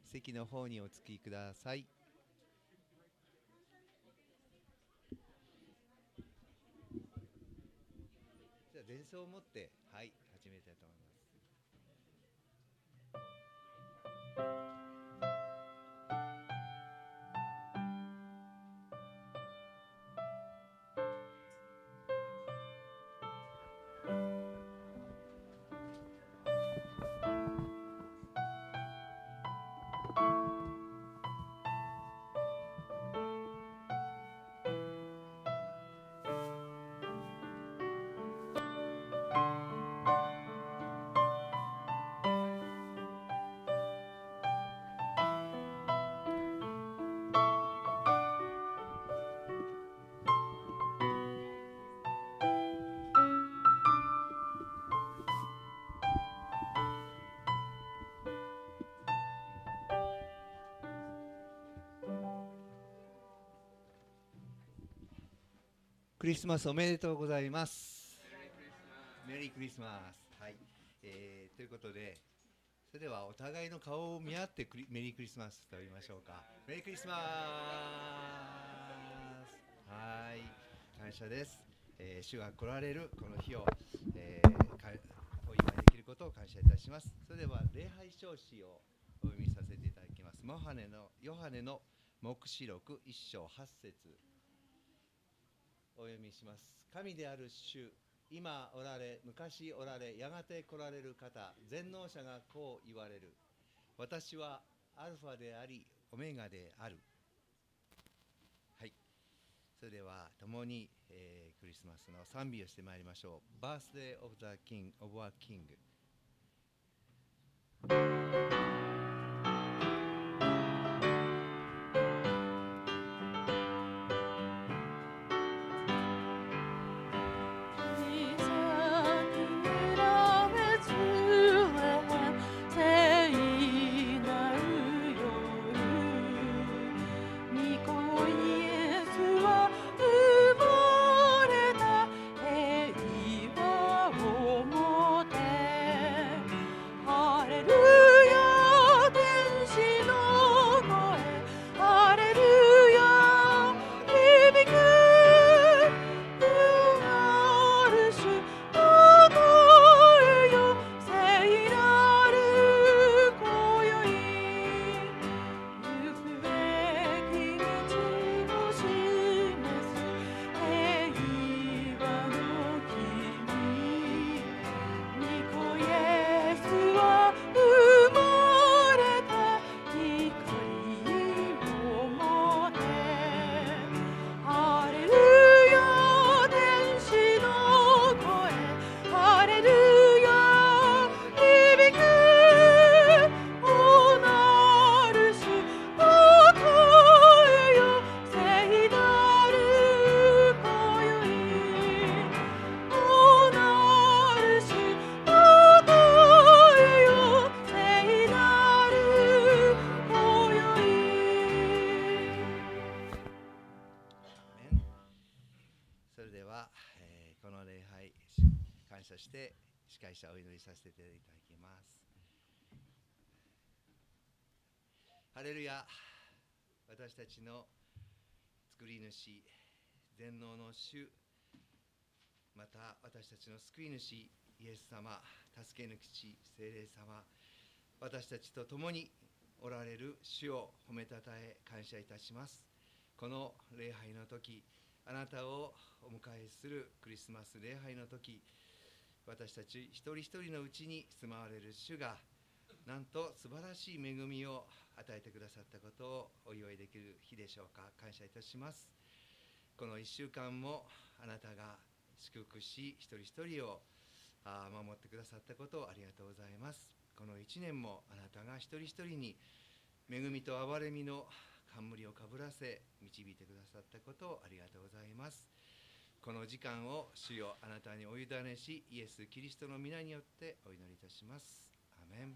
席の方にお着きください。じゃあ伝奏を持って、はい、始めたいと思います。クリスマスおめでとうございます。メリークリスマス。はい、ということで、それではお互いの顔を見合ってメリークリスマスと言いましょうか。メリークリスマス。はい、感謝です。主が来られるこの日を、お祝いできることを感謝いたします。それでは礼拝証子をお読みさせていただきます。ヨハネの黙示録1章8節お読みします。神である主、今おられ、昔おられ、やがて来られる方、全能者がこう言われる。私はアルファであり、オメガである。はい。それでは共に、クリスマスの賛美をしてまいりましょう。Birthday of the King of our King。それでは、この礼拝感謝して司会者をお祈りさせていただきます。ハレルヤ。私たちの作り主、全能の主、また私たちの救い主イエス様、助け抜き父聖霊様、私たちと共におられる主を褒めたたえ感謝いたします。この礼拝の時、あなたをお迎えするクリスマス礼拝の時、私たち一人一人のうちに住まわれる主がなんと素晴らしい恵みを与えてくださったことをお祝いできる日でしょうか。感謝いたします。この1週間もあなたが祝福し、一人一人を守ってくださったことをありがとうございます。この1年もあなたが一人一人に恵みと憐れみの冠をかぶらせ導いてくださったことをありがとうございます。この時間を主よあなたにお委ねし、イエス・キリストの皆によってお祈りいたします。アメン。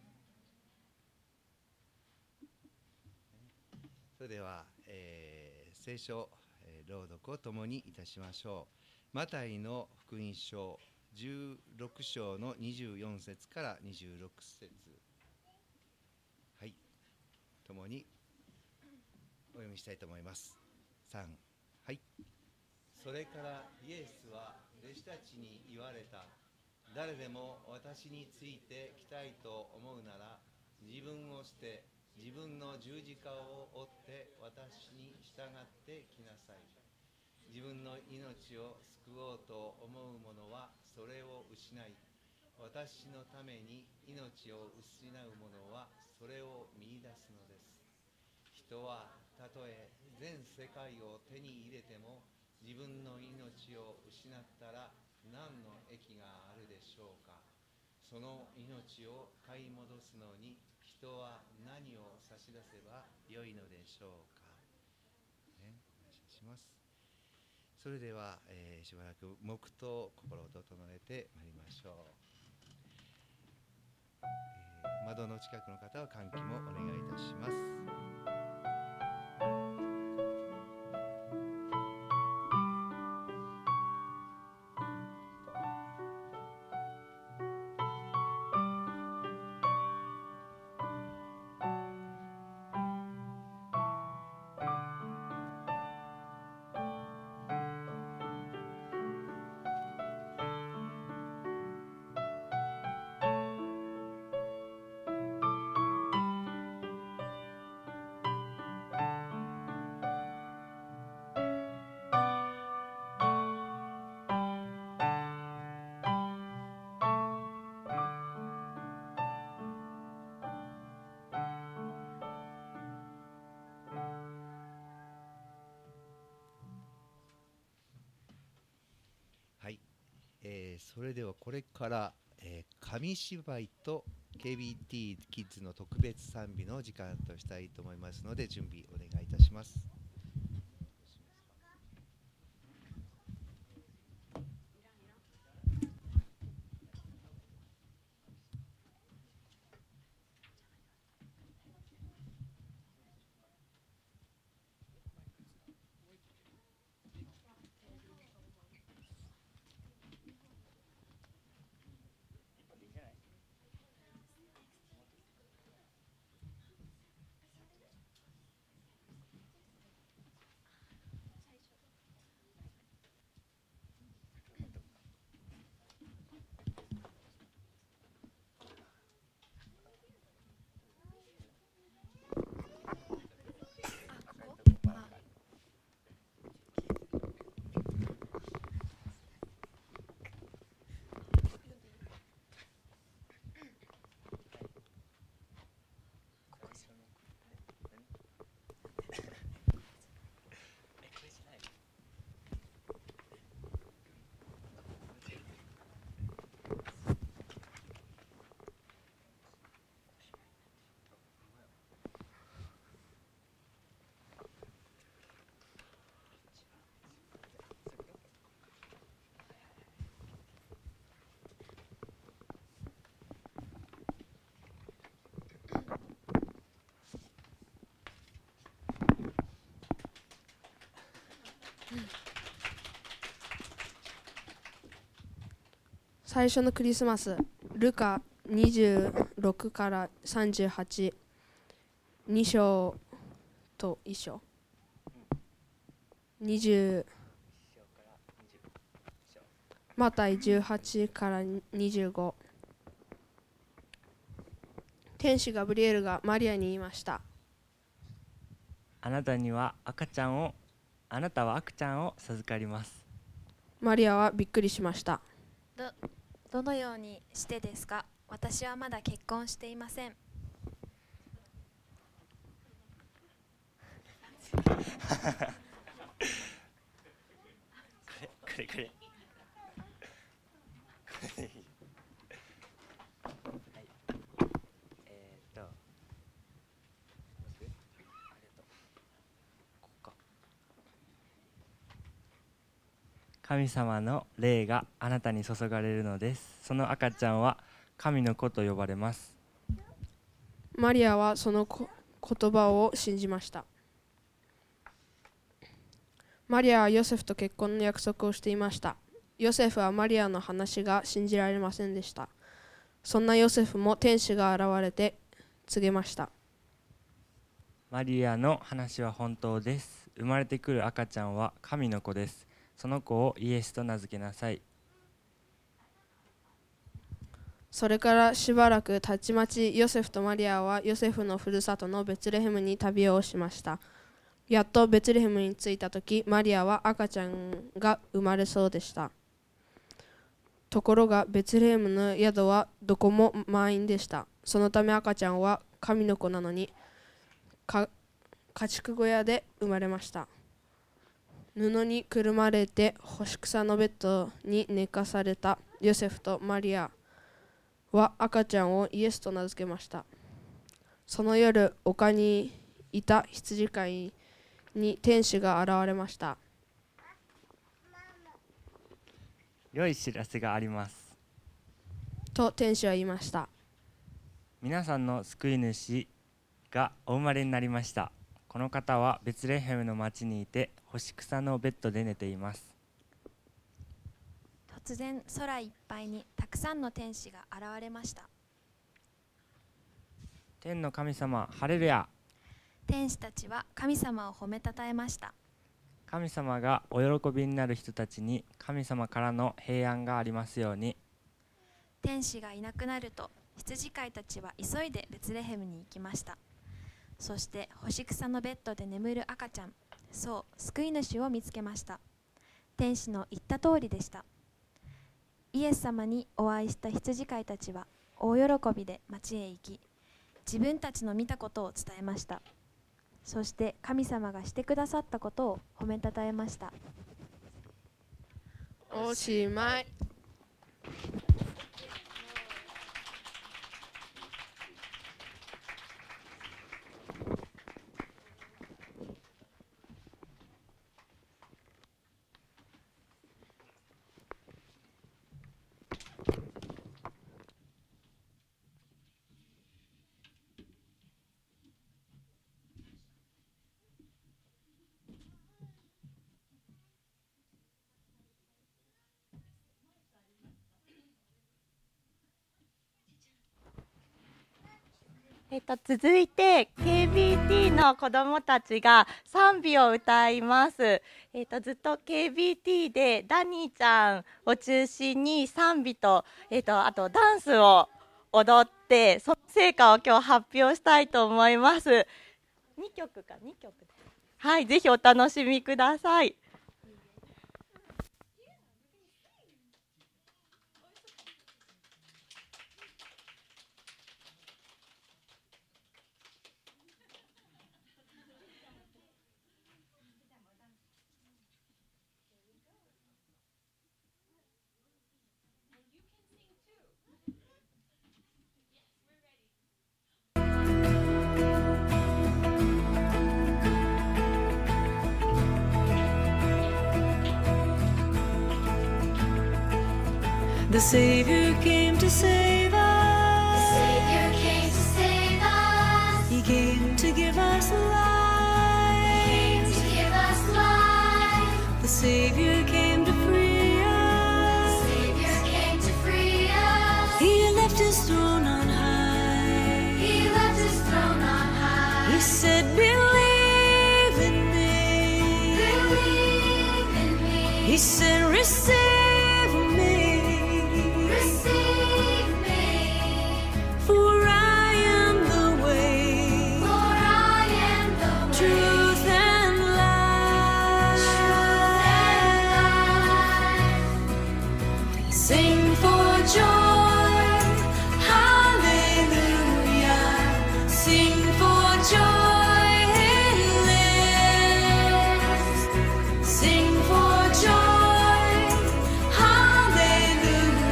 それでは、聖書、朗読を共にいたしましょう。マタイの福音書16章の24節から26節。はい、 共にお読みしたいと思います。3、はい。それからイエスは弟子たちに言われた。誰でも私についてきたいと思うなら、自分を捨て、自分の十字架を追って私に従ってきなさい。自分の命を救おうと思う者はそれを失い、私のために命を失う者はそれを見出すのです。人はたとえ全世界を手に入れても自分の命を失ったら何の益があるでしょうか。その命を買い戻すのに人は何を差し出せばよいのでしょうか。ね、お願いします。それでは、しばらく黙祷、心を整えてまいりましょう。窓の近くの方は換気もお願いいたします。はい、それではこれから、紙芝居と KBT キッズの特別賛美の時間としたいと思いますので、準備お願いいたします。 最初のクリスマス、ルカ26から38、2章と1章、マタイ18から25。天使ガブリエルがマリアに言いました。 あなたは赤ちゃんを授かります。 マリアはびっくりしました。 どのようにしてですか？私はまだ結婚していません。 これはい、神様の霊があなたに注がれるのです。その赤ちゃんは神の子と呼ばれます。 マリアはその言葉を信じました。マリアはヨセフと結婚の約束をしていました。ヨセフはマリアの話が信じられませんでした。そんなヨセフも天使が現れて告げました。 マリアの話は本当です。生まれてくる赤ちゃんは神の子です。その子をイエスと名付けなさい。 それからしばらくたちまち、ヨセフとマリアはヨセフのふるさとのベツレヘムに旅をしました。やっとベツレヘムに着いたとき、マリアは赤ちゃんが生まれそうでした。ところがベツレヘムの宿はどこも満員でした。そのため赤ちゃんは神の子なのに家畜小屋で生まれました。布にくるまれて干し草のベッドに寝かされたヨセフとマリアは赤ちゃんをイエスと名付けました。その夜、丘にいた羊飼いに天使が現れました。 良い知らせがあります。 と天使は言いました。 皆さんの救い主がお生まれになりました。この方はベツレヘムの町にいて干し草のベッドで寝ています。 突然空いっぱいにたくさんの天使が現れました。 天の神様、ハレルヤ。 天使たちは神様を褒めたたえました。 神様がお喜びになる人たちに神様からの平安がありますように。 天使がいなくなると羊飼いたちは急いでベツレヘムに行きました。そして干し草のベッドで眠る赤ちゃん、そう救い主を見つけました。天使の言った通りでした。イエス様にお会いした羊飼いたちは大喜びで町へ行き、自分たちの見たことを伝えました。そして神様がしてくださったことを褒めたたえました。 おしまい。 続いて KBT の子どもたちが賛美を歌います。ずっと KBT でダニーちゃんを中心に賛美と、あとダンスを踊って、その成果を今日発表したいと思います。2曲で、はい、ぜひお楽しみください。 The Savior came to save us. The Savior came to save us. He came to give us life. He came to give us life. The Savior came to free us. The Savior came to free us. He left his throne on high. He left his throne on high. He said, believe in me. Believe in me. He said, receive me. Receive me. For I am the way. For I am the way. Truth and life. Truth and life. Sing for joy. Hallelujah. Sing for joy. It lives. Sing for joy. Hallelujah.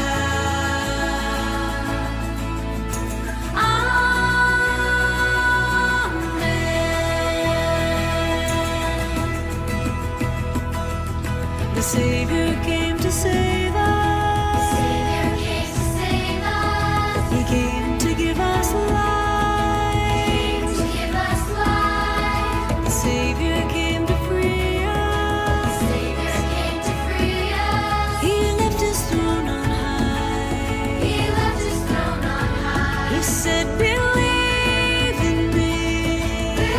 Amen. The Savior came to save us. The Savior came to save us. He came to give us life. To give us life. The Savior came to free us. The Savior came to free us. He left his throne on high. He left his throne on high. He said, believe in me.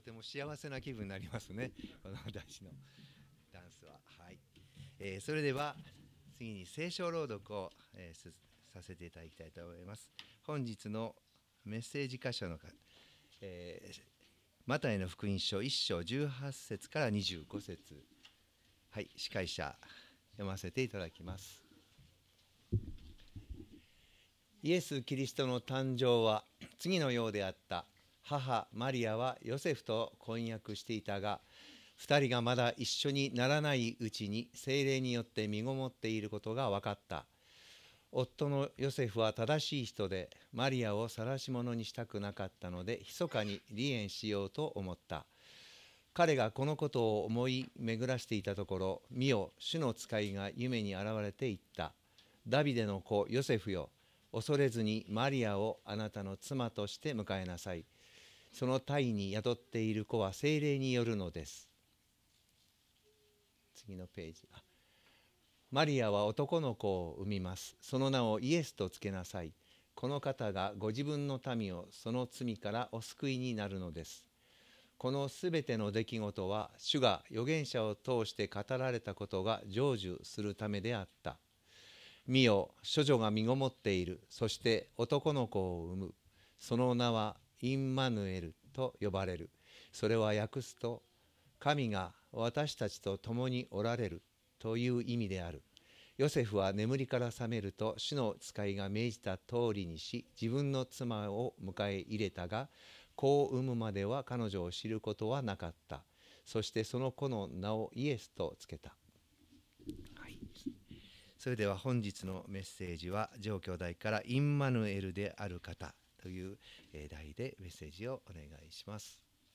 とても幸せな気分になりますね、この男子のダンスは。はい。それでは次に聖書朗読を、させていただきたいと思います。本日のメッセージ箇所のマタイの福音書1章18節から25節。はい、司会者読ませていただきます。イエス・キリストの誕生は次のようであった。母マリアはヨセフと婚約していたが、2人がまだ一緒にならないうちに聖霊によって身ごもっていることが分かった。夫のヨセフは正しい人で、マリアを晒し者にしたくなかったので、密かに離縁しようと思った。彼がこのことを思い巡らしていたところ、見よ、主の使いが夢に現れて言った。ダビデの子ヨセフよ、恐れずにマリアをあなたの妻として迎えなさい。その胎に宿っている子は聖霊によるのです。次のページ。マリアは男の子を産みます。その名をイエスとつけなさい。この方がご自分の民をその罪からお救いになるのです。このすべての出来事は、主が預言者を通して語られたことが成就するためであった。見よ、処女が身ごもっている。そして男の子を産む。その名はインマヌエルと呼ばれる。それは訳すと、神が私たちと共におられるという意味である。ヨセフは眠りから覚めると、主の使いが命じた通りにし、自分の妻を迎え入れたが、子を産むまでは彼女を知ることはなかった。そしてその子の名をイエスとつけた。はい、それでは本日のメッセージは、上兄弟からインマヌエルである方という題でメッセージをお願いします。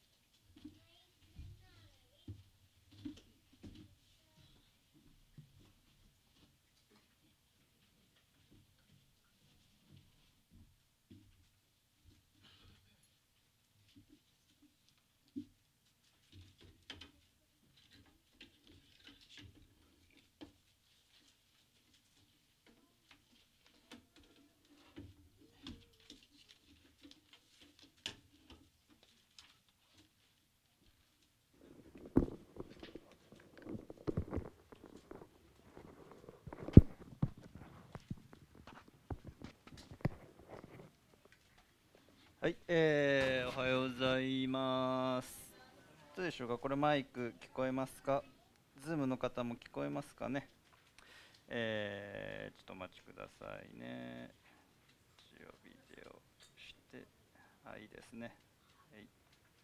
はい、おはようございます。どうでしょうか、これマイク聞こえますか？ズームの方も聞こえますかね？ちょっとお待ちくださいね。一応ビデオして、いいですね。はい、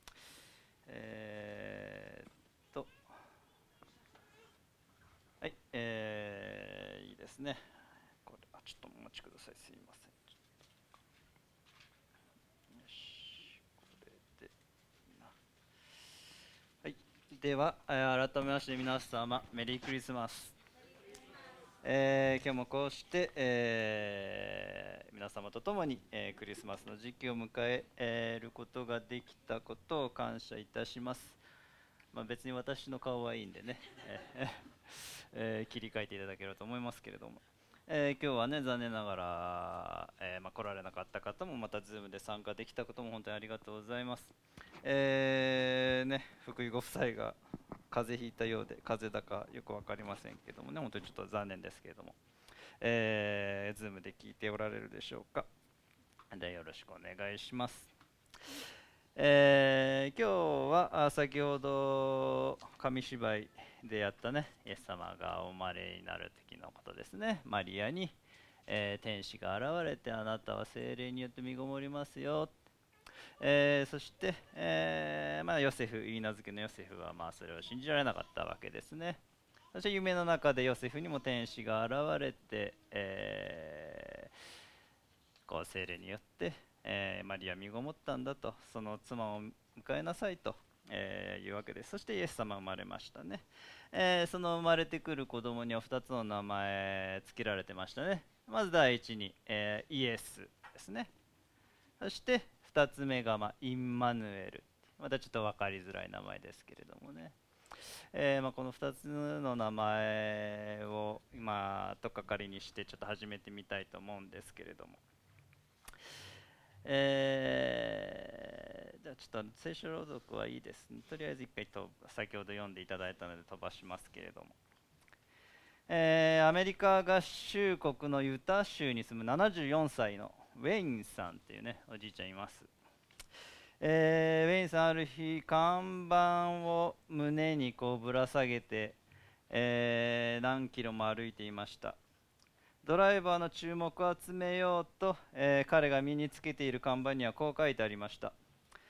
はい、いいですね。これ、ちょっとお待ちください。すいません。では、改めまして皆様メリークリスマス。今日もこうして、皆様と共に、クリスマスの時期を迎えることができたことを感謝いたします。別に私の顔はいいんでね、切り替えていただければと思いますけれども、今日はね、残念ながら、来られなかった方もまた Zoom で参加できたことも本当にありがとうございます。福井ご夫妻が風邪ひいたようで、風邪だかよく分かりませんけどもね、本当にちょっと残念ですけれども、Zoom で聞いておられるでしょうか。でよろしくお願いします。今日は先ほど紙芝居でやったね、イエス様がお生まれになる時のことですね。マリアに、天使が現れて、あなたは聖霊によって身ごもりますよ。そして、ヨセフ、言い名付けのヨセフはそれを信じられなかったわけですね。そして夢の中でヨセフにも天使が現れて、聖霊によって、マリア身ごもったんだと、その妻を迎えなさいと、いうわけです。そしてイエス様生まれましたね。その生まれてくる子供には2つの名前付けられてましたね。まず第一に、イエスですね。そして2つ目が、インマヌエル。またちょっと分かりづらい名前ですけれどもね。この2つの名前を今とっかかりにしてちょっと始めてみたいと思うんですけれども、 じゃあちょっと聖書朗読はいいですね。とりあえず一回先ほど読んでいただいたので飛ばしますけれども、アメリカ合衆国のユタ州に住む74歳のウェインさんっていうねおじいちゃんいます。ウェインさんある日看板を胸にこうぶら下げて、何キロも歩いていました。ドライバーの注目を集めようと、彼が身につけている看板にはこう書いてありました。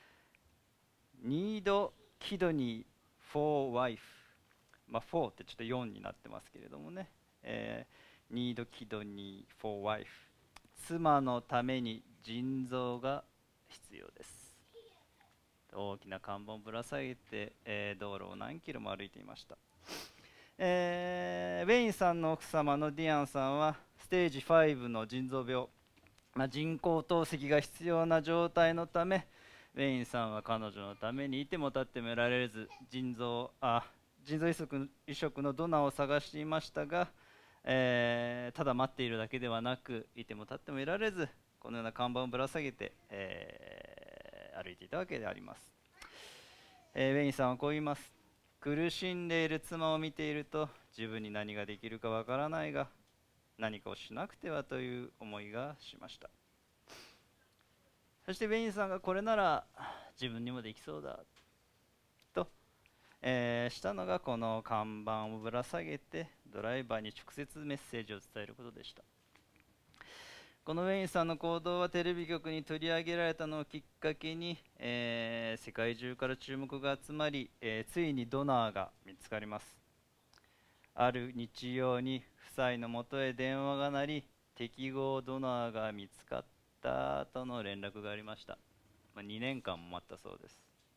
Need kidney for wife、4ってちょっと4になってますけれどもね、Need kidney for wife、 妻のために腎臓が必要です。大きな看板をぶら下げて、道路を何キロも歩いていました。ウェインさんの奥様のディアンさんはステージ5の腎臓病、人工透析が必要な状態のため、ウェインさんは彼女のためにいても立ってもいられず腎臓移植のドナーを探していましたが、ただ待っているだけではなく、いても立ってもいられずこのような看板をぶら下げて、歩いていたわけであります。ウェインさんはこう言います。苦しんでいる妻を見ていると自分に何ができるかわからないが何かをしなくてはという思いがしました。そしてウェインさんがこれなら自分にもできそうだと、したのがこの看板をぶら下げてドライバーに直接メッセージを伝えることでした。このウェインさんの行動はテレビ局に取り上げられたのをきっかけに、世界中から注目が集まり、ついにドナーが見つかります。ある日曜に夫妻のもとへ電話が鳴り、適合ドナーが見つかったとの連絡がありました。2年間も待ったそうです。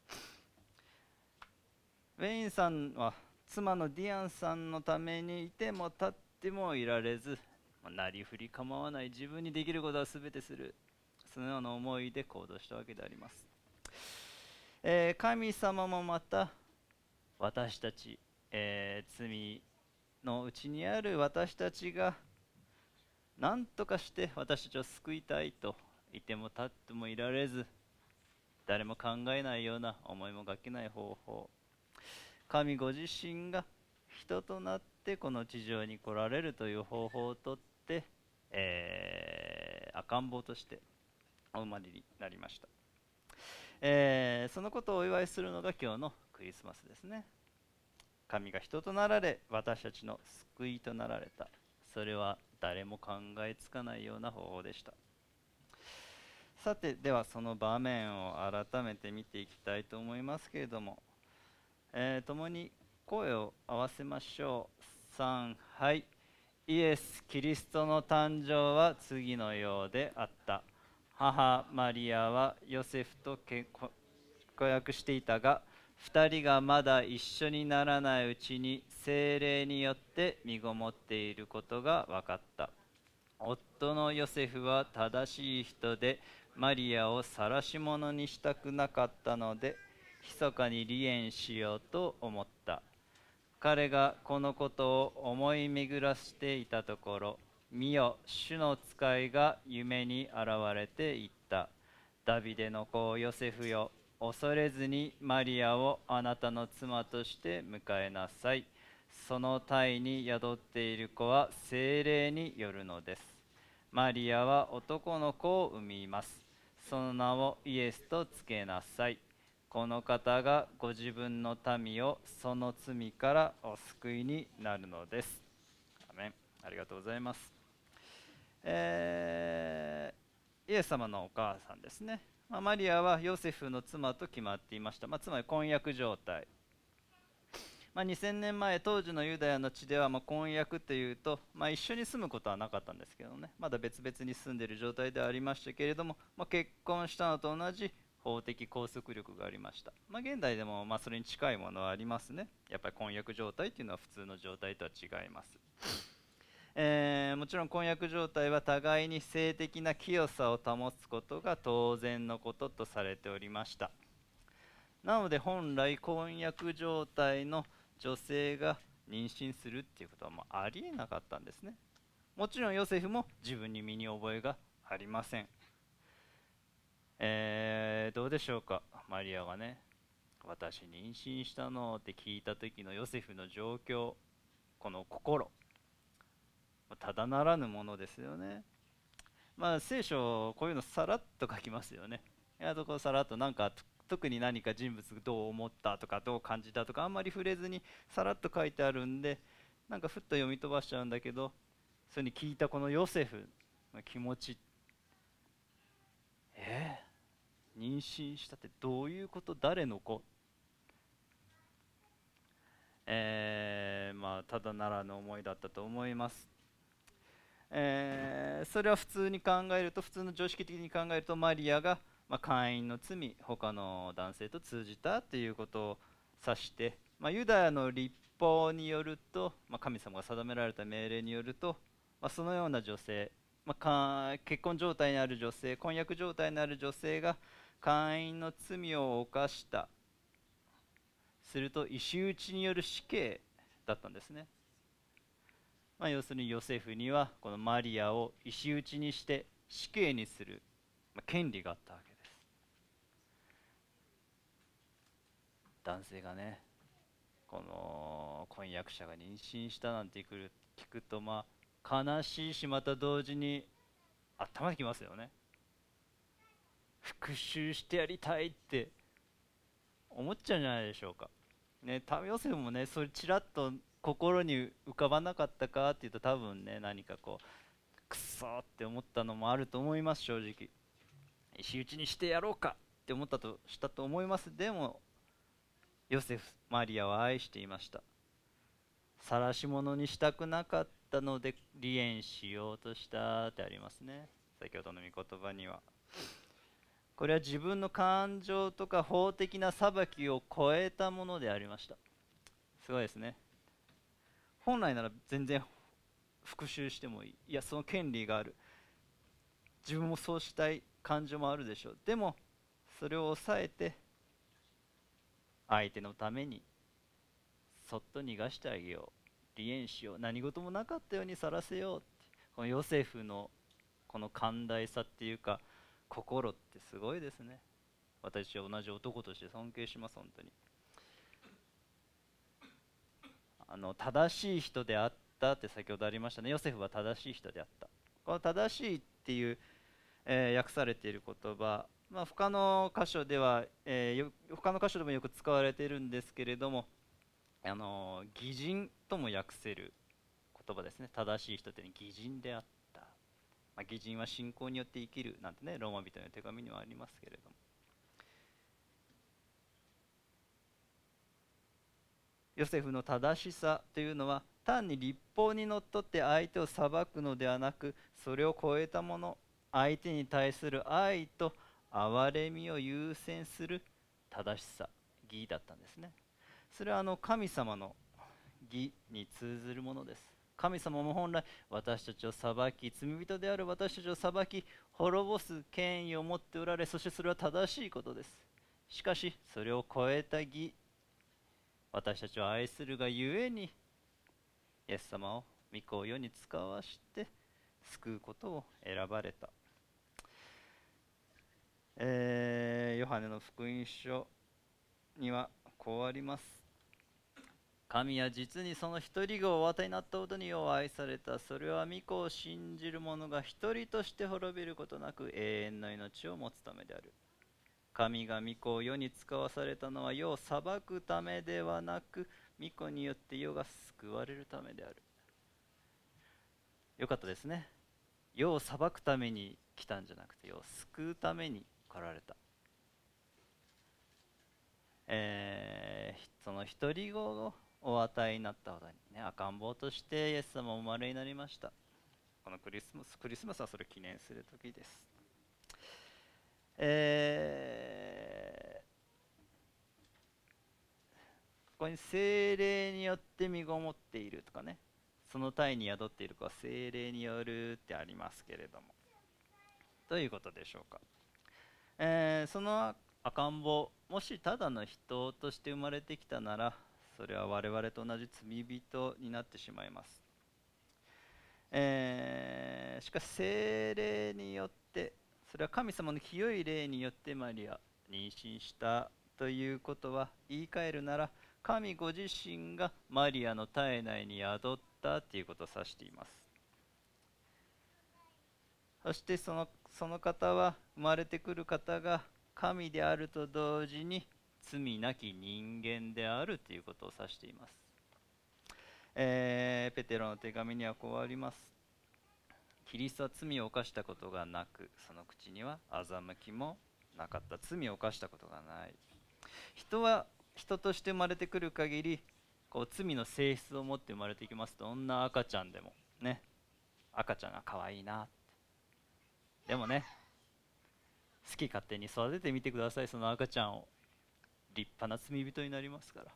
ウェインさんは妻のディアンさんのためにいても立ってもいられず、なりふり構わない自分にできることは全てする、そのような思いで行動したわけであります。神様もまた私たち、罪のうちにある私たちが何とかして私たちを救いたいといても立ってもいられず、誰も考えないような思いもがけない方法、神ご自身が人となってこの地上に来られるという方法をとって、赤ん坊としてお生まれになりました。そのことをお祝いするのが今日のクリスマスですね。神が人となられ私たちの救いとなられた。それは誰も考えつかないような方法でした。さて、ではその場面を改めて見ていきたいと思いますけれども、共に声を合わせましょう。3、はい。イエス・キリストの誕生は次のようであった。母マリアはヨセフと婚約していたが、2人がまだ一緒にならないうちに聖霊によって身ごもっていることが分かった。夫のヨセフは正しい人で、マリアを晒し者にしたくなかったので、密かに離縁しようと思った。彼がこのことを思い巡らしていたところ、見よ、主の使いが夢に現れて言った。ダビデの子ヨセフよ、恐れずにマリアをあなたの妻として迎えなさい。その胎に宿っている子は聖霊によるのです。マリアは男の子を産みます。その名をイエスとつけなさい。この方がご自分の民をその罪からお救いになるのです。アメン。ありがとうございます。イエス様のお母さんですね。マリアはヨセフの妻と決まっていました。つまり婚約状態。2000年前、当時のユダヤの地では婚約というと、一緒に住むことはなかったんですけどね、まだ別々に住んでいる状態ではありましたけれども、結婚したのと同じ法的拘束力がありました。現代でもそれに近いものはありますね。やっぱり婚約状態というのは普通の状態とは違います。もちろん婚約状態は互いに性的な清さを保つことが当然のこととされておりました。なので本来婚約状態の女性が妊娠するっていうことはありえなかったんですね。もちろんヨセフも自分に身に覚えがありません。 どうでしょうか。マリアがね、私妊娠したのって聞いた時のヨセフの状況、この心、ただならぬものですよね。聖書こういうのさらっと書きますよね。こうさらっとなんか特に何か人物どう思ったとかどう感じたとかあんまり触れずにさらっと書いてあるんで、なんかふっと読み飛ばしちゃうんだけど、それに聞いたこのヨセフの気持ち、妊娠したってどういうこと、誰の子、ただならぬ思いだったと思います。それは普通に考えると、普通の常識的に考えると、マリアが、姦淫の罪、他の男性と通じたということを指して、ユダヤの律法によると、神様が定められた命令によると、そのような女性、結婚状態にある女性、婚約状態にある女性が姦淫の罪を犯した、すると石打ちによる死刑だったんですね。要するにヨセフにはこのマリアを石打ちにして死刑にする、権利があったわけです。男性がね、この婚約者が妊娠したなんて聞くと、悲しいし、また同時に頭にきますよね。復讐してやりたいって思っちゃうんじゃないでしょうかね。ヨセフもね、それちらっと心に浮かばなかったかっていうと、多分ね、何かこうくそーって思ったのもあると思います。正直石打ちにしてやろうかって思ったとしたと思います。でもヨセフ、マリアは愛していました。晒し者にしたくなかったので離縁しようとしたってありますね。先ほどの御言葉にはこれは自分の感情とか法的な裁きを超えたものでありました。すごいですね。本来なら全然復讐してもいい、いやその権利がある、自分もそうしたい感情もあるでしょう。でもそれを抑えて相手のためにそっと逃がしてあげよう、離縁しよう、何事もなかったようにさらせようって、このヨセフのこの寛大さっていうか心ってすごいですね。私は同じ男として尊敬します。本当に正しい人であったって先ほどありましたね。ヨセフは正しい人であった。この正しいっていう、訳されている言葉、他の箇所では、他の箇所でもよく使われているんですけれども、義人とも訳せる言葉ですね。正しい人というのは義人であった。義人は信仰によって生きるなんてね、ローマ人の手紙にはありますけれども、ヨセフの正しさというのは単に律法にのっとって相手を裁くのではなく、それを超えたもの、相手に対する愛と憐れみを優先する正しさ、義だったんですね。それは神様の義に通ずるものです。神様も本来私たちを裁き、罪人である私たちを裁き滅ぼす権威を持っておられ、そしてそれは正しいことです。しかしそれを超えた義、私たちを愛するがゆえにイエス様を御子を世に使わして救うことを選ばれた。ヨハネの福音書にはこうあります。神は実にその一人子をお与えになったほどによう愛された。それは御子を信じる者が一人として滅びることなく永遠の命を持つためである。神が御子を世に使わされたのは世を裁くためではなく、御子によって世が救われるためである。よかったですね。世を裁くために来たんじゃなくて、世を救うために来られた。その一人子をお与えになったほどに、赤ん坊としてイエス様お生まれになりました。このクリスマスはそれを記念する時です。ここに聖霊によって身ごもっているとかね、その体に宿っている子は聖霊によるってありますけれども、どういうことでしょうか。その赤ん坊、もしただの人として生まれてきたなら、それは我々と同じ罪人になってしまいます。しかし聖霊によって、そそれは神様の清い霊によってマリア妊娠したということは、言い換えるなら神ご自身がマリアの体内に宿ったということを指しています。そしてその方は、生まれてくる方が神であると同時に罪なき人間であるということを指しています。ペテロの手紙にはこうあります。キリストは罪を犯したことがなく、その口には欺きもなかった。罪を犯したことがない。人は人として生まれてくる限り、罪の性質を持って生まれてきます。どんな赤ちゃんでもね、赤ちゃんが可愛いなって。でもね、好き勝手に育ててみてください。その赤ちゃんを。立派な罪人になりますから。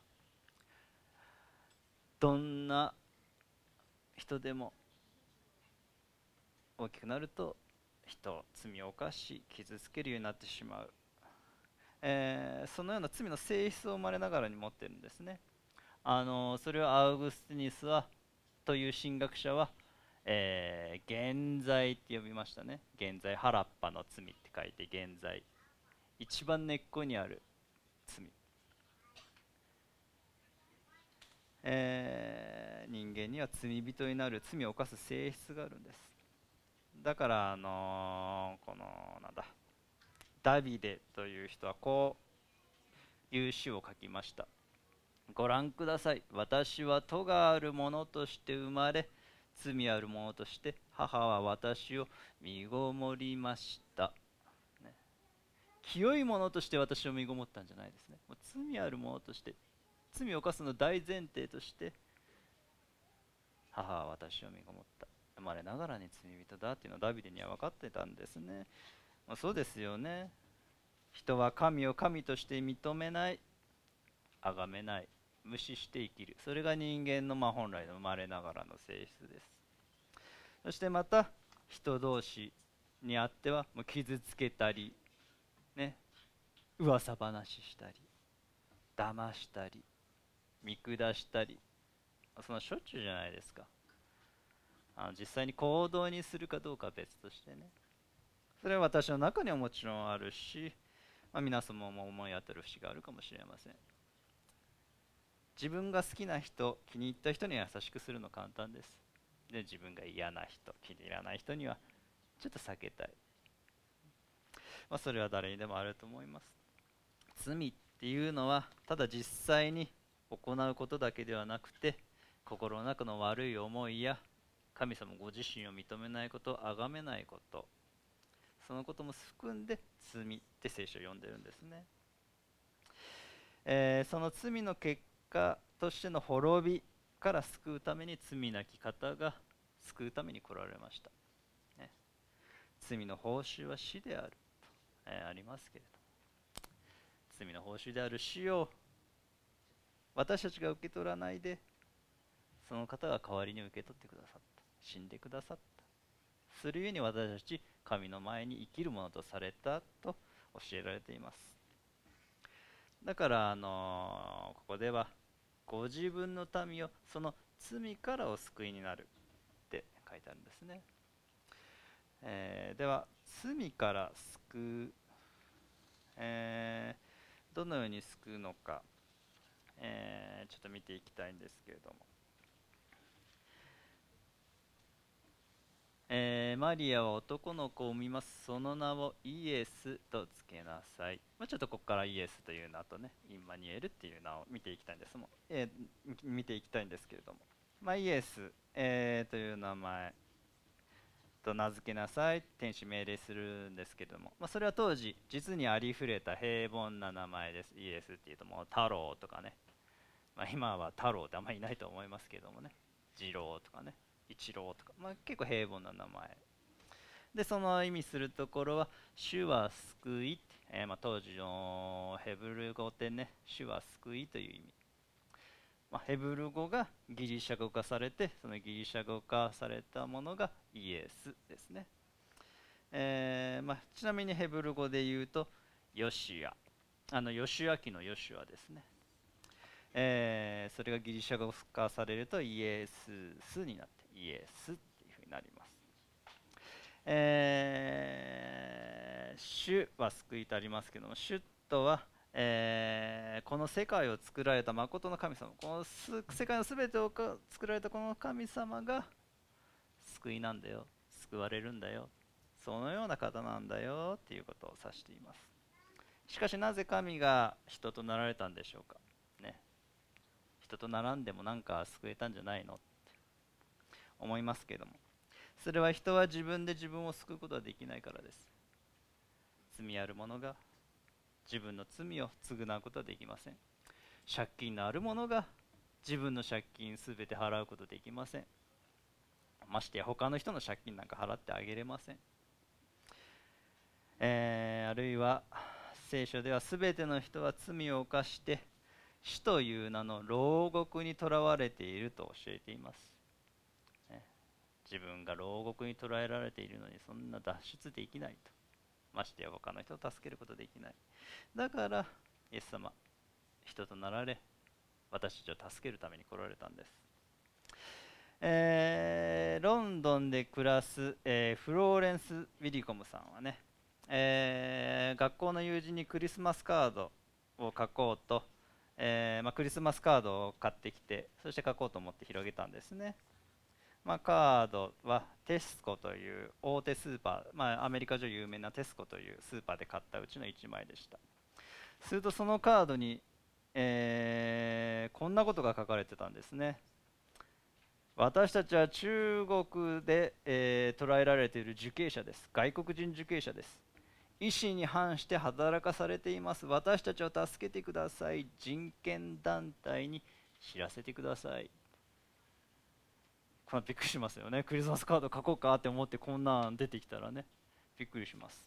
どんな人でも大きくなると罪を犯し傷つけるようになってしまう、そのような罪の性質を生まれながらに持っているんですね。それをアウグスティニスという神学者は、原罪って呼びましたね。原罪、原っぱの罪って書いて原罪。一番根っこにある罪。人間には罪人になる、罪を犯す性質があるんです。だからダビデという人はこういう詩を書きました。ご覧ください。私は咎がある者として生まれ、罪ある者として母は私を身ごもりました、ね、清い者として私を身ごもったんじゃないですね。もう罪ある者として、罪を犯すの大前提として母は私を身ごもった、生まれながらに罪人だっていうのはダビデには分かってたんですね。そうですよね。人は神を神として認めない、崇めない、無視して生きる。それが人間の本来の生まれながらの性質です。そしてまた人同士にあってはもう傷つけたり、ね、噂話したり、騙したり、見下したり、そんなしょっちゅうじゃないですか。実際に行動にするかどうかは別としてね。それは私の中にはもちろんあるし、皆様も思い当たる節があるかもしれません。自分が好きな人、気に入った人には優しくするの簡単です。で、自分が嫌な人、気に入らない人にはちょっと避けたい。それは誰にでもあると思います。罪っていうのはただ実際に行うことだけではなくて、心の中の悪い思いや神様ご自身を認めないこと、崇めないこと、そのことも含んで罪って聖書を読んでるんですね。その罪の結果としての滅びから救うために罪なき方が救うために来られました、ね、罪の報酬は死であると、ありますけれども、罪の報酬である死を私たちが受け取らないで、その方が代わりに受け取ってくださった、死んでくださった。するゆえに私たち神の前に生きるものとされたと教えられています。だからここではご自分の民をその罪からお救いになるって書いてあるんですね。では罪から救う、どのように救うのか、ちょっと見ていきたいんですけれども、マリアは男の子を産みます。その名をイエスとつけなさい。ちょっとここからイエスという名とね、インマニエルっていう名を見ていきたいんです見ていきたいんですけれども、イエス、という名前と名付けなさい、天使命令するんですけれども、それは当時実にありふれた平凡な名前です。イエスっていうともう太郎とかね、今は太郎ってあんまりいないと思いますけれどもね、次郎とかね、一郎とか、結構平凡な名前で、その意味するところは主は救い、当時のヘブル語でね、主は救いという意味、ヘブル語がギリシャ語化されて、そのギリシャ語化されたものがイエスですね。ちなみにヘブル語で言うとヨシア、ヨシュア記のヨシュアですね。それがギリシャ語化されるとイエスになってイエスっていうふうになります。 主は救いとありますけども、主とは、この世界を作られた誠の神様、この世界のすべてを作られたこの神様が救いなんだよ、救われるんだよ、そのような方なんだよっていうことを指しています。しかしなぜ神が人となられたんでしょうかね。人と並んでもなんか救えたんじゃないのって思いますけども、それは人は自分で自分を救うことはできないからです。罪ある者が自分の罪を償うことはできません。借金のある者が自分の借金すべて払うことはできません。ましてや他の人の借金なんか払ってあげれません。あるいは聖書ではすべての人は罪を犯して死という名の牢獄にとらわれていると教えています、ね、自分が牢獄に捕らえられているのにそんな脱出できないと。ましてや他の人を助けることできない。だからイエス様、人となられ私たちを助けるために来られたんです。ロンドンで暮らす、フローレンス・ウィリコムさんはね、学校の友人にクリスマスカードを書こうと、クリスマスカードを買ってきて、そして書こうと思って広げたんですね。カードはテスコという大手スーパー、アメリカ上有名なテスコというスーパーで買ったうちの1枚でした。するとそのカードに、こんなことが書かれてたんですね。私たちは中国で、捉えられている受刑者です。外国人受刑者です。意思に反して働かされています。私たちを助けてください。人権団体に知らせてください。これびっくりしますよね。クリスマスカード書こうかって思ってこんなん出てきたらね、びっくりします。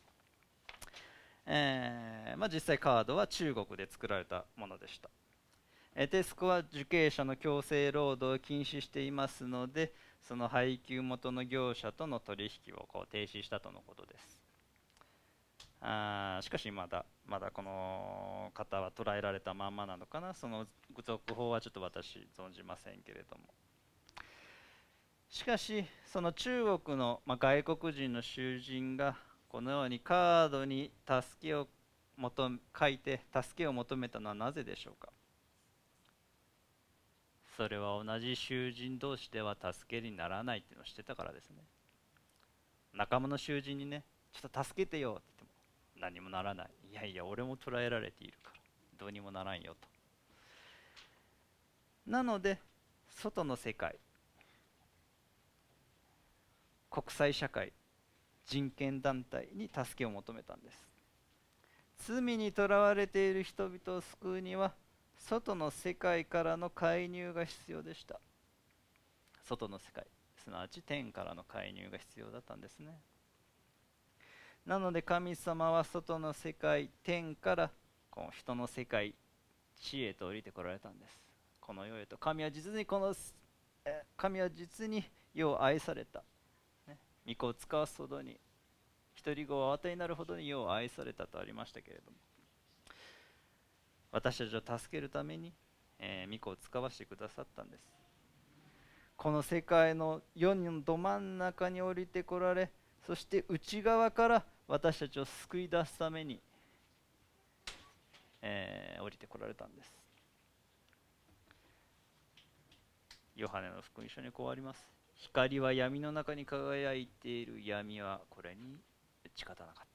実際カードは中国で作られたものでした。テスコは受刑者の強制労働を禁止していますので、その配給元の業者との取引を停止したとのことです。しかしまだこの方は捕らえられたまんまなのかな。その続報はちょっと私存じませんけれども、しかしその中国の、外国人の囚人がこのようにカードに助けを書いて助けを求めたのはなぜでしょうか。それは同じ囚人同士では助けにならないっていうのを知ってたからですね。仲間の囚人にね、ちょっと助けてよって言っても何もならない。いやいや俺も捕らえられているからどうにもならんよと。なので外の世界、国際社会、人権団体に助けを求めたんです。罪にとらわれている人々を救うには外の世界からの介入が必要でした。外の世界、すなわち天からの介入が必要だったんですね。なので神様は外の世界、天からこの人の世界、地へと降りてこられたんです。この世へと。神は実に世を愛された。御子を使わすほどに、一人子をお与えになるほどに世を愛されたとありましたけれども、私たちを助けるために、御子を使わせてくださったんです。この世界の世のど真ん中に降りてこられ、そして内側から私たちを救い出すために、降りてこられたんです。ヨハネの福音書にこうあります。光は闇の中に輝いている、闇はこれに打ち勝たなかった。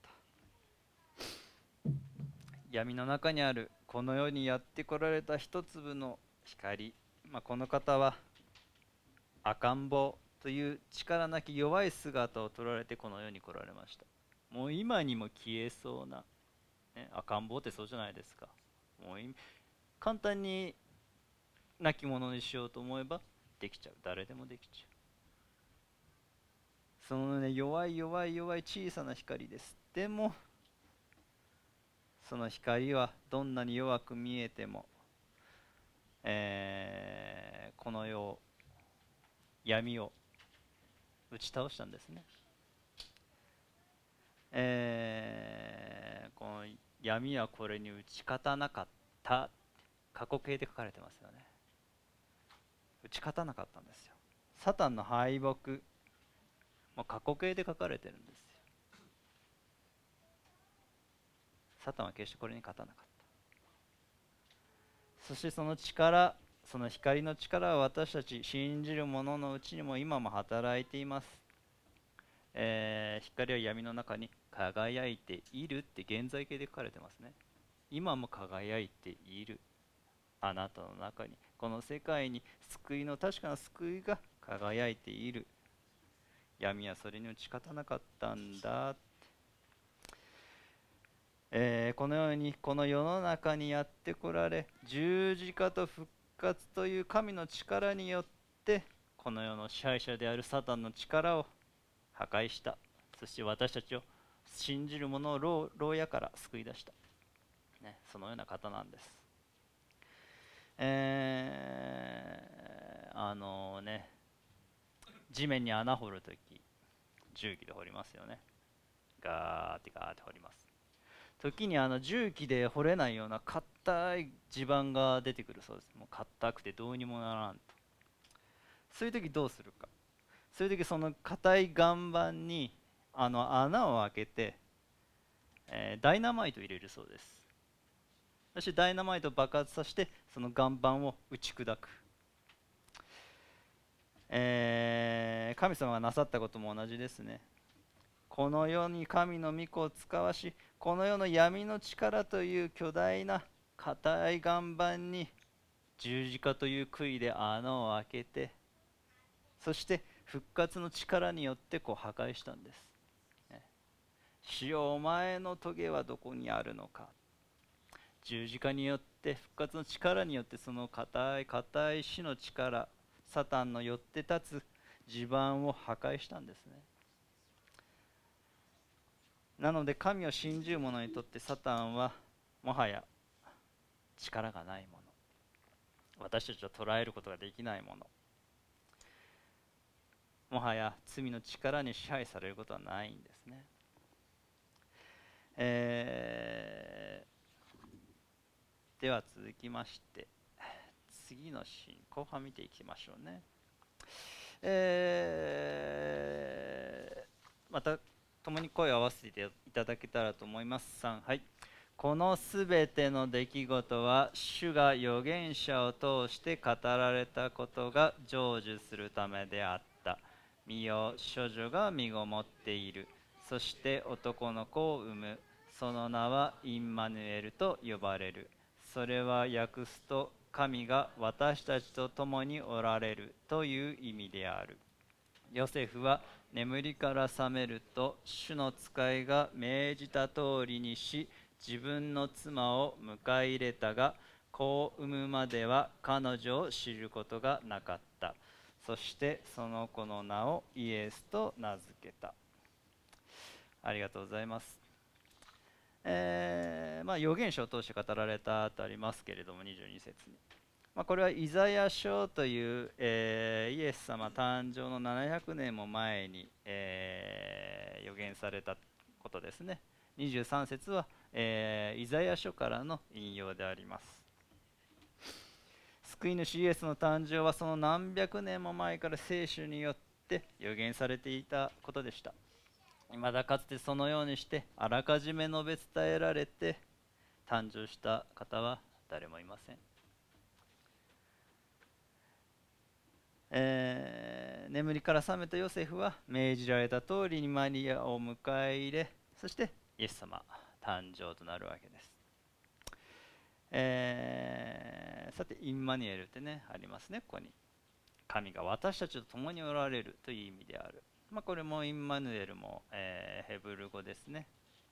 闇の中にあるこの世にやってこられた一粒の光、この方は赤ん坊という力なき弱い姿を取られてこの世に来られました。もう今にも消えそうな、赤ん坊ってそうじゃないですか。もう簡単に亡き者にしようと思えばできちゃう。誰でもできちゃう。そのね、弱い小さな光です。でもその光はどんなに弱く見えても、この世を、闇を打ち倒したんですね。この闇はこれに打ち勝たなかった、過去形で書かれてますよね。打ち勝たなかったんですよ。サタンの敗北、過去形で書かれてるんですよ。 サタンは決してこれに勝たなかった。そしてその力、その光の力は私たち信じる者のうちにも今も働いています。光は闇の中に輝いているって現在形で書かれてますね。今も輝いている。あなたの中に、この世界に救いの確かな救いが輝いている。闇はそれに打ち勝たなかったんだ。このようにこの世の中にやってこられ、十字架と復活という神の力によってこの世の支配者であるサタンの力を破壊した。そして私たちを信じる者を牢屋から救い出した、そのような方なんです。地面に穴掘るとき重機で掘りますよね。ガーって掘ります。時に重機で掘れないような硬い地盤が出てくるそうです。もう硬くてどうにもならんと。そういう時どうするか。そういう時その硬い岩盤に穴を開けて、ダイナマイトを入れるそうです。そしてダイナマイトを爆発させてその岩盤を打ち砕く。神様がなさったことも同じですね。この世に神の御子を使わし、この世の闇の力という巨大な硬い岩盤に十字架という杭で穴を開けて、そして復活の力によって破壊したんです。主よ、お前の棘はどこにあるのか。十字架によって復活の力によってその硬い死の力、サタンのよって立つ地盤を破壊したんですね。なので神を信じる者にとってサタンはもはや力がないもの、私たちは捉えることができないもの、もはや罪の力に支配されることはないんですね。では続きまして次のシーン後半見ていきましょうね。また共に声を合わせていただけたらと思います。3、はい。このすべての出来事は主が預言者を通して語られたことが成就するためであった。見よ、処女が身ごもっている。そして男の子を産む。その名はインマヌエルと呼ばれる。それは訳すと神が私たちと共におられるという意味である。ヨセフは眠りから覚めると主の使いが命じた通りにし、自分の妻を迎え入れたが、子を産むまでは彼女を知ることがなかった。そしてその子の名をイエスと名付けた。ありがとうございます。預言書を通して語られたとありますけれども、22節に、これはイザヤ書という、イエス様誕生の700年も前に、預言されたことですね。23節は、イザヤ書からの引用であります。救い主イエスの誕生はその何百年も前から聖書によって預言されていたことでした。未だかつてそのようにしてあらかじめ述べ伝えられて誕生した方は誰もいません。眠りから覚めたヨセフは命じられた通りにマリアを迎え入れ、そしてイエス様誕生となるわけです。さてインマニュエルってねありますね。ここに神が私たちと共におられるという意味である。これもインマヌエルも、ヘブル語ですね。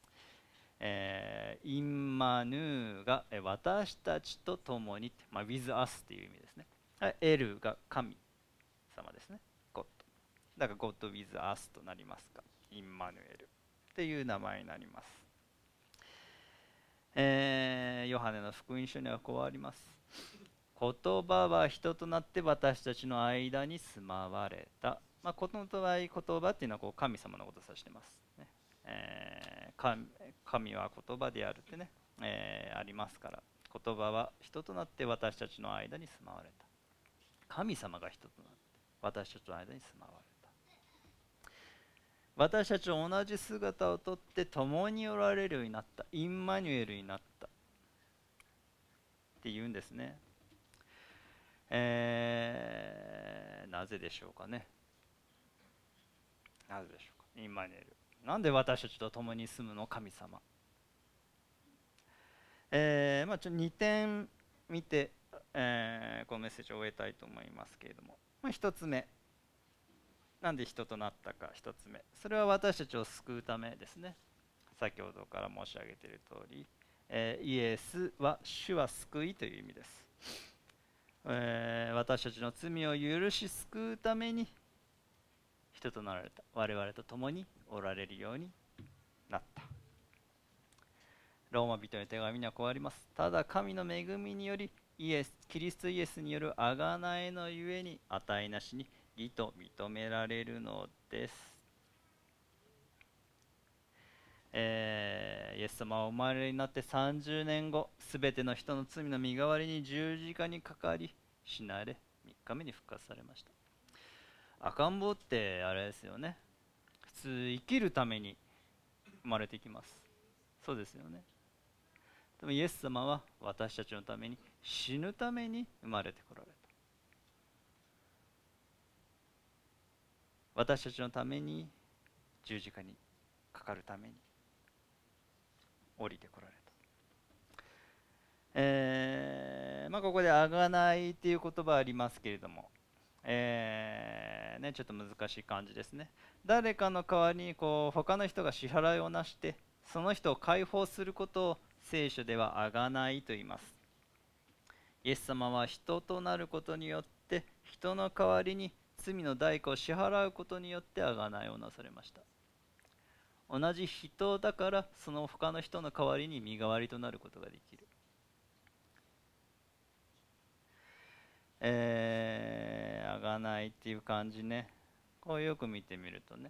インマヌーが私たちと共に、with us という意味ですね。エルが神様ですね。God。だから God with us となりますか。インマヌエルという名前になります。ヨハネの福音書にはこうあります。言葉は人となって私たちの間に住まわれた。この言葉っていうのは神様のことを指してます、ね。神は言葉であるってね、ありますから、言葉は人となって私たちの間に住まわれた。神様が人となって私たちの間に住まわれた。 私たちと同じ姿をとって共におられるようになった、インマニュエルになったって言うんですね。なぜでしょうかね。なぜでしょうか。インマニュエル。なんで私たちと共に住むの神様。ちょっと2点見て、このメッセージを終えたいと思いますけれども、1つ目、なんで人となったか。1つ目、それは私たちを救うためですね。先ほどから申し上げている通り、イエスは主は救いという意味です。私たちの罪を許し救うために人となられた、我々と共におられるようになった。ローマ人の手紙にはこうあります。ただ神の恵みによりキリストイエスによる贖いのゆえに値なしに義と認められるのです。イエス様はお生まれになって30年後、すべての人の罪の身代わりに十字架にかかり死なれ、3日目に復活されました。赤ん坊ってあれですよね、普通生きるために生まれてきます。そうですよね。でもイエス様は私たちのために死ぬために生まれてこられた。私たちのために十字架にかかるために降りてこられた。ここで贖いっていう言葉ありますけれども、ちょっと難しい感じですね。誰かの代わりに他の人が支払いをなしてその人を解放することを聖書では贖いと言います。イエス様は人となることによって人の代わりに罪の代価を支払うことによって贖いをなされました。同じ人だからその他の人の代わりに身代わりとなることができる。贖いっていう感じね、こうよく見てみるとね、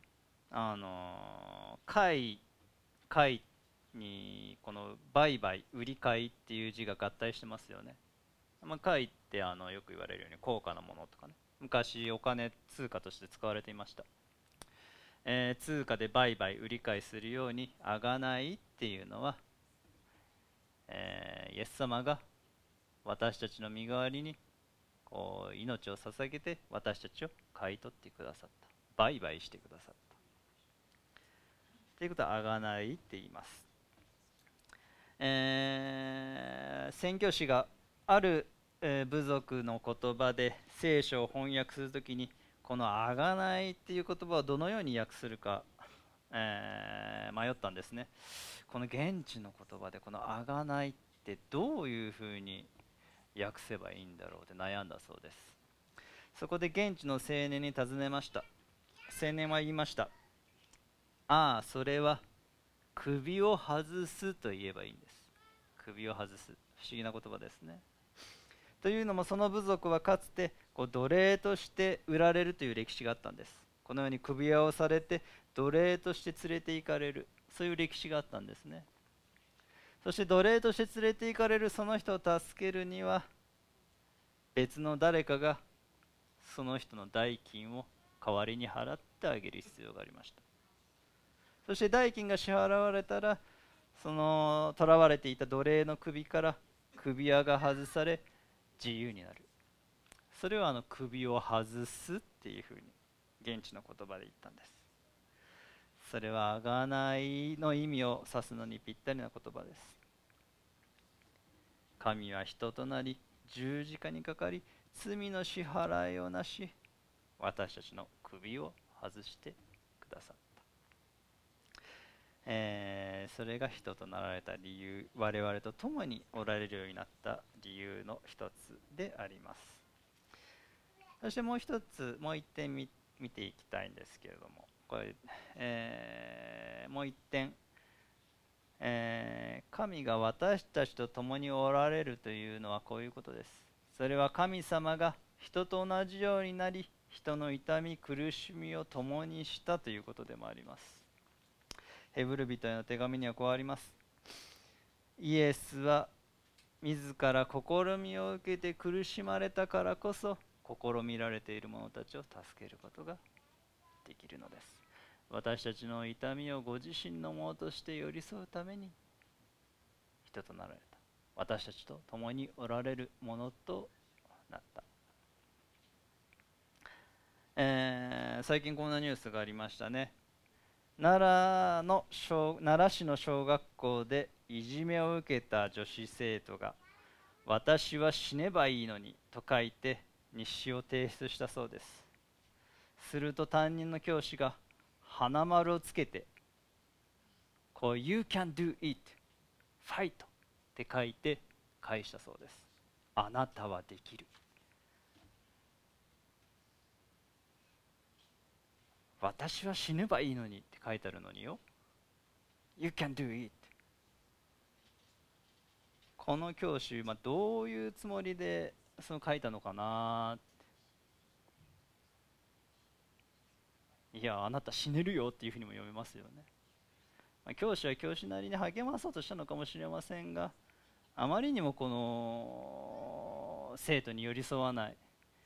買にこの売買、売り買いっていう字が合体してますよね。買いってよく言われるように高価なものとかね、昔お金通貨として使われていました。通貨で売買売り買いするように贖いっていうのは、イエス様が私たちの身代わりに命を捧げて私たちを買い取ってくださった、売買してくださったということは贖いって言います。宣教師がある部族の言葉で聖書を翻訳するときにこの贖いっていう言葉をどのように訳するか、迷ったんですね。この現地の言葉でこの贖いってどういうふうに訳せばいいんだろうって悩んだそうです。そこで現地の青年に尋ねました。青年は言いました。ああ、それは首を外すと言えばいいんです。首を外す、不思議な言葉ですね。というのもその部族はかつて奴隷として売られるという歴史があったんです。このように首輪をされて奴隷として連れて行かれる、そういう歴史があったんですね。そして奴隷として連れて行かれるその人を助けるには別の誰かがその人の代金を代わりに払ってあげる必要がありました。そして代金が支払われたらその囚われていた奴隷の首から首輪が外され自由になる。それは首を外すっていうふうに現地の言葉で言ったんです。それは贖いの意味を指すのにぴったりな言葉です。神は人となり十字架にかかり罪の支払いをなし私たちの首を外してくださった。それが人となられた理由、我々と共におられるようになった理由の一つであります。そしてもう一点見ていきたいんですけれども、これ、もう一点、神が私たちと共におられるというのはこういうことです。それは神様が人と同じようになり人の痛み苦しみを共にしたということでもあります。ヘブル人への手紙にはこうあります。イエスは自ら試みを受けて苦しまれたからこそ試みられている者たちを助けることができるのです。 私たちの痛みをご自身のものとして寄り添うために人となられた。私たちと共におられるものとなった。最近こんなニュースがありましたね。奈良市の小学校でいじめを受けた女子生徒が私は死ねばいいのにと書いて日誌を提出したそうです。すると担任の教師が花丸をつけてこう You can do it fight って書いて返したそうです。あなたはできる。私は死ねばいいのにって書いてあるのによ。You can do it。この教師、どういうつもりで書いたのかな。いや、あなた死ねるよっていうふうにも読めますよね。教師は教師なりに励まそうとしたのかもしれませんが、あまりにもこの生徒に寄り添わない、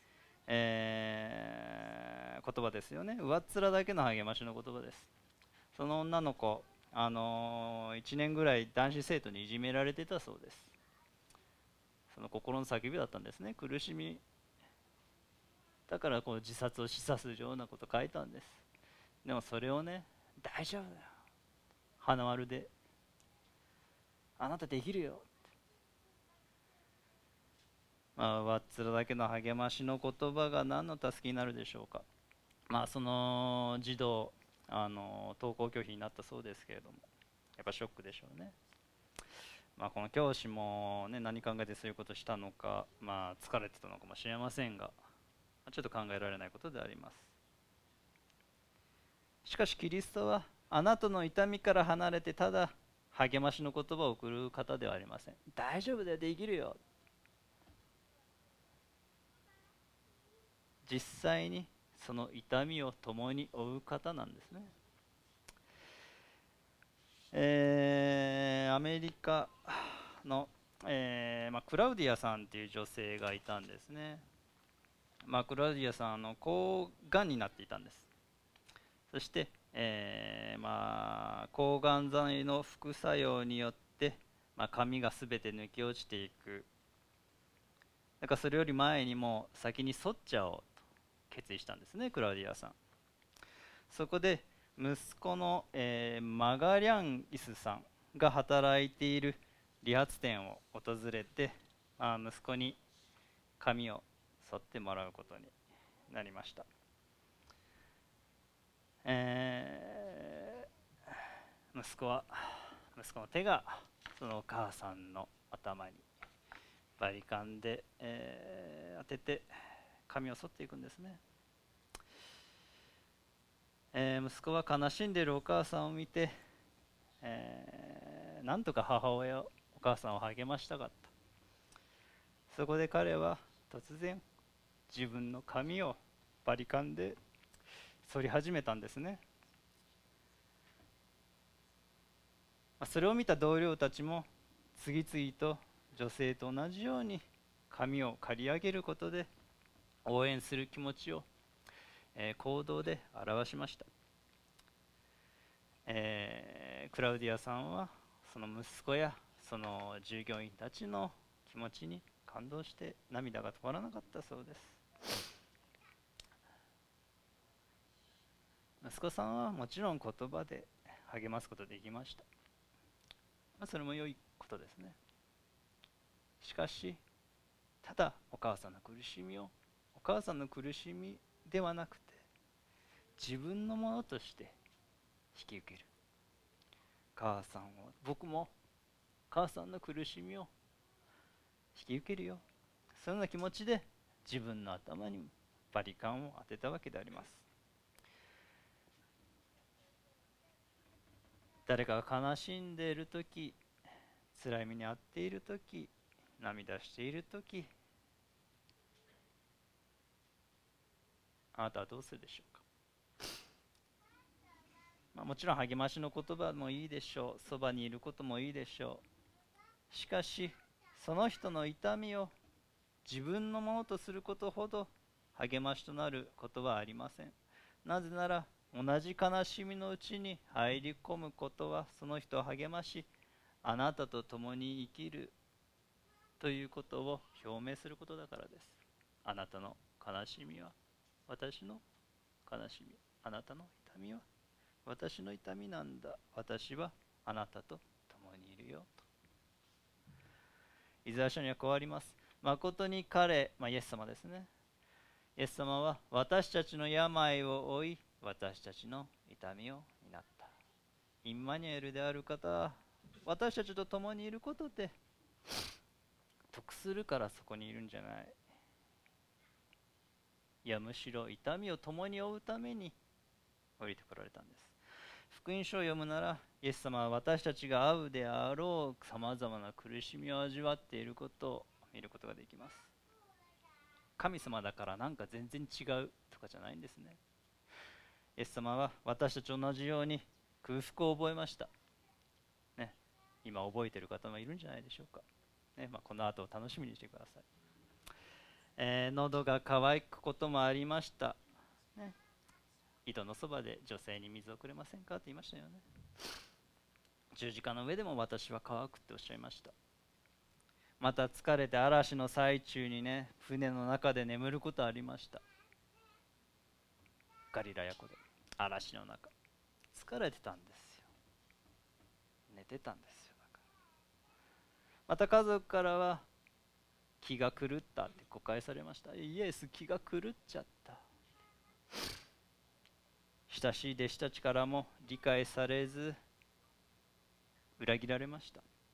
言葉ですよね。上っ面だけの励ましの言葉です。その女の子、1年ぐらい男子生徒にいじめられてたそうです。その心の叫びだったんですね。苦しみだからこう自殺を示唆するようなこと書いたんです。でもそれをね、大丈夫だよ、花丸であなたできるよ、上っ面だけの励ましの言葉が何の助けになるでしょうか。その児童登校拒否になったそうですけれども、やっぱショックでしょうね。この教師も、何考えてそういうことをしたのか、疲れてたのかもしれませんが、ちょっと考えられないことであります。しかしキリストはあなたの痛みから離れてただ励ましの言葉を送る方ではありません。大丈夫だよ、できるよ。実際にその痛みを共に負う方なんですね。アメリカの、クラウディアさんという女性がいたんですね。クラウディアさん抗がんになっていたんです。そして、抗がん剤の副作用によって、髪がすべて抜け落ちていく。だからそれより前にも先に剃っちゃおうと決意したんですね、クラウディアさん。そこで息子の、マガリャンイスさんが働いている理髪店を訪れて、息子に髪を剃ってもらうことになりました。息子の手がそのお母さんの頭にバリカンで、当てて髪を剃っていくんですね。息子は悲しんでいるお母さんを見て、なんとかお母さんを励ましたかった。そこで彼は突然自分の髪をバリカンで剃り始めたんですね。それを見た同僚たちも次々と女性と同じように髪を刈り上げることで応援する気持ちを、行動で表しました。クラウディアさんはその息子やその従業員たちの気持ちに感動して涙が止まらなかったそうです。息子さんはもちろん言葉で励ますことできました。それも良いことですね。しかし、ただお母さんの苦しみをお母さんの苦しみではなくて自分のものとして引き受ける。僕も母さんの苦しみを引き受けるよ。そんな気持ちで自分の頭にバリカンを当てたわけであります。誰かが悲しんでいるとき、辛い目に遭っているとき、涙しているとき、あなたはどうするでしょうか。もちろん励ましの言葉もいいでしょう。そばにいることもいいでしょう。しかし、その人の痛みを自分のものとすることほど励ましとなることはありません。なぜなら、 同じ悲しみのうちに入り込むことはその人を励まし、あなたと共に生きるということを表明することだからです。あなたの悲しみは私の悲しみ、あなたの痛みは私の痛みなんだ。私はあなたと共にいるよと。イザヤ書にはこうあります。誠に彼、イエス様ですね。イエス様は私たちの病を負い、私たちの痛みを担った。インマニュエルである方は私たちと共にいることで得するからそこにいるんじゃない。いや、むしろ痛みを共に負うために降りてこられたんです。福音書を読むなら、イエス様は私たちが会うであろうさまざまな苦しみを味わっていることを見ることができます。神様だからなんか全然違うとかじゃないんですね。イエス様は私たちと同じように空腹を覚えました。ね、今覚えている方もいるんじゃないでしょうか。ね、この後を楽しみにしてください。喉が渇くこともありました。ね、井戸のそばで女性に水をくれませんかって言いましたよね。十字架の上でも私は渇くっておっしゃいました。また疲れて嵐の最中にね、船の中で眠ることありました。ガリラヤ湖で嵐の中、疲れてたんですよ。寝てたんですよ。だからまた家族からは気が狂ったって誤解されました。イエス、気が狂っちゃった。親しい弟子たちからも理解されず裏切られました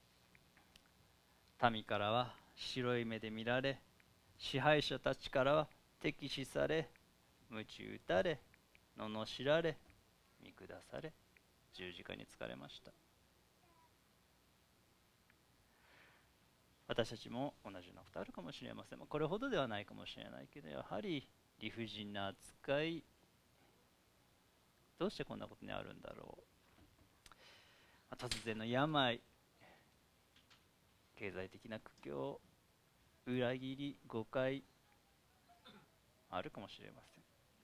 。民からは白い目で見られ、支配者たちからは敵視され、鞭打たれ、罵られ、見下され、十字架につかれました。私たちも同じようなことあるかもしれません。これほどではないかもしれないけど、やはり理不尽な扱い、どうしてこんなことにあるんだろう。突然の病、経済的な苦境、裏切り、誤解、あるかもしれません。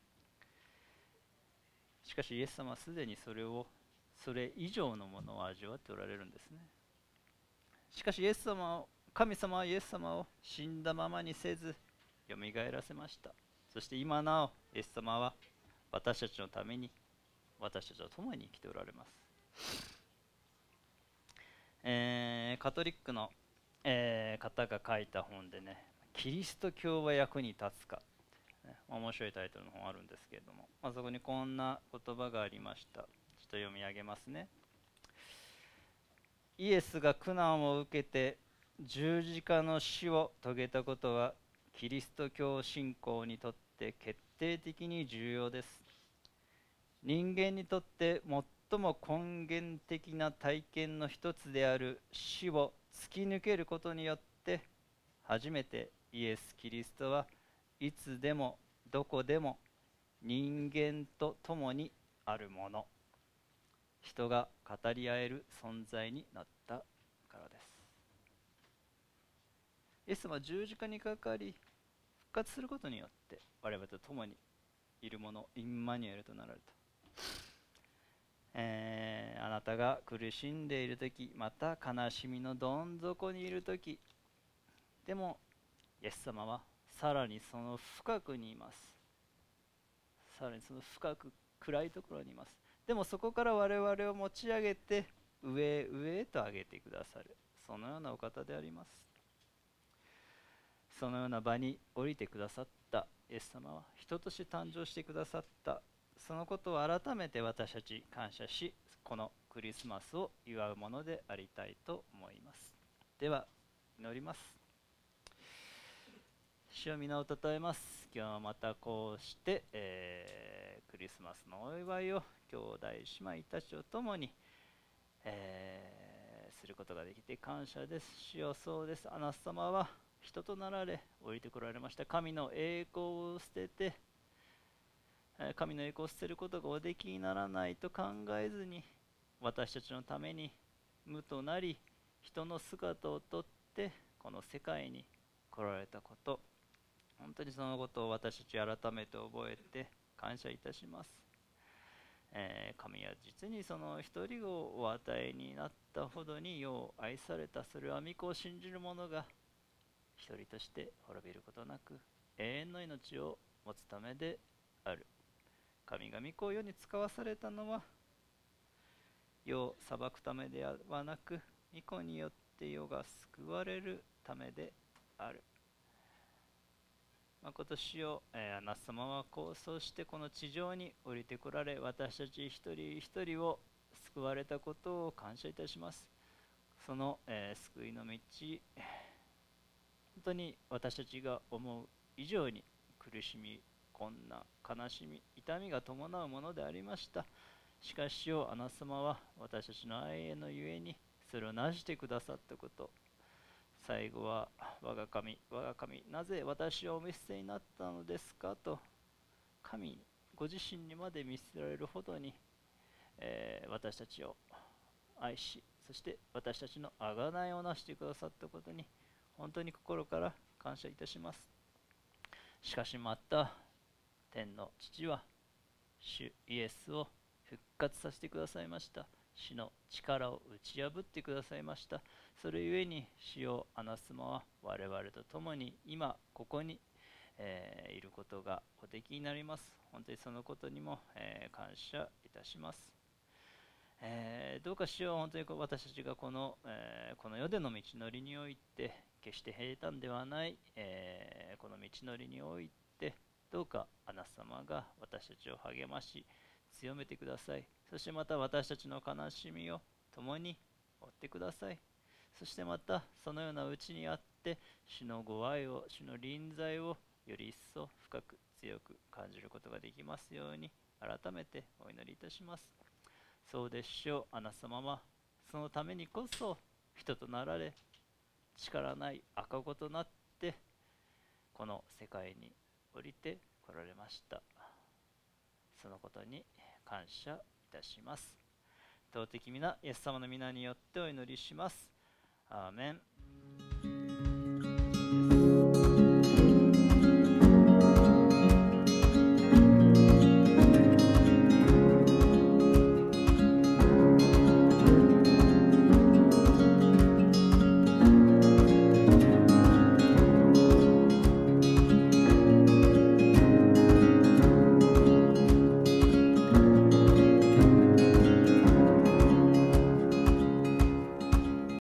しかしイエス様はすでにそれ以上のものを味わっておられるんですね。しかし神様はイエス様を死んだままにせずよみがえらせました。そして今なおイエス様は私たちのために、私たちと共に生きておられます。カトリックの、方が書いた本でね、キリスト教は役に立つか、面白いタイトルの本あるんですけれども、そこにこんな言葉がありました。ちょっと読み上げますね。イエスが苦難を受けて十字架の死を遂げたことはキリスト教信仰にとって決定的に重要です。人間にとって最も根源的な体験の一つである死を突き抜けることによって初めてイエス・キリストはいつでもどこでも人間と共にあるもの、人が語り合える存在になったからです。イエス様は十字架にかかり復活することによって我々と共にいるもの、インマニュエルとなられた。あなたが苦しんでいるとき、また悲しみのどん底にいるとき、でもイエス様はさらにその深くにいます。さらにその深く暗いところにいます。でもそこから我々を持ち上げて上へ上へと上げてくださる、そのようなお方であります。そのような場に降りてくださったイエス様は人として誕生してくださった、そのことを改めて私たち感謝し、このクリスマスを祝うものでありたいと思います。では祈ります。主を皆をたたえます。今日はまたこうして、クリスマスのお祝いを兄弟姉妹たちと共に、することができて感謝です。主よ、そうです。あなた様は人となられ降りてこられました。神の栄光を捨てて、神の栄光を捨てることがおできにならないと考えずに、私たちのために無となり人の姿をとってこの世界に来られたこと、本当にそのことを私たち改めて覚えて感謝いたします。 神は実にその一人をお与えになったほどに世を愛された。それは御子を信じる者が一人として滅びることなく永遠の命を持つためである。神が御子を世に使わされたのは世を裁くためではなく、御子によって世が救われるためである。まことしよ、あなた様はそうしてこの地上に降りてこられ、私たち一人一人を救われたことを感謝いたします。その、救いの道、本当に私たちが思う以上に苦しみ、困難、悲しみ、痛みが伴うものでありました。しかしよ、あなた様は私たちの愛へのゆえにそれをなしてくださったこと、最後は我が神、我が神、なぜ私をお見捨てになったのですかと神ご自身にまで見捨てられるほどに、私たちを愛し、そして私たちの贖いをなしてくださったことに本当に心から感謝いたします。しかしまた天の父は主イエスを復活させてくださいました。死の力を打ち破ってくださいました。それゆえに主よ、あなた様は我々と共に今ここに、いることがおできになります。本当にそのことにも、感謝いたします。どうか主よ、本当に私たちがこの世での道のりにおいて決して平坦ではない、この道のりにおいてどうかあなた様が私たちを励まし強めてください。そしてまた私たちの悲しみを共に負ってください。そしてまたそのようなうちにあって主のご愛を、主の臨在をより一層深く強く感じることができますように改めてお祈りいたします。そうでしょう。あなた様はそのためにこそ人となられ、力ない赤子となってこの世界に降りて来られました。そのことに感謝いたします。尊き皆イエス様の皆によってお祈りします。アーメン。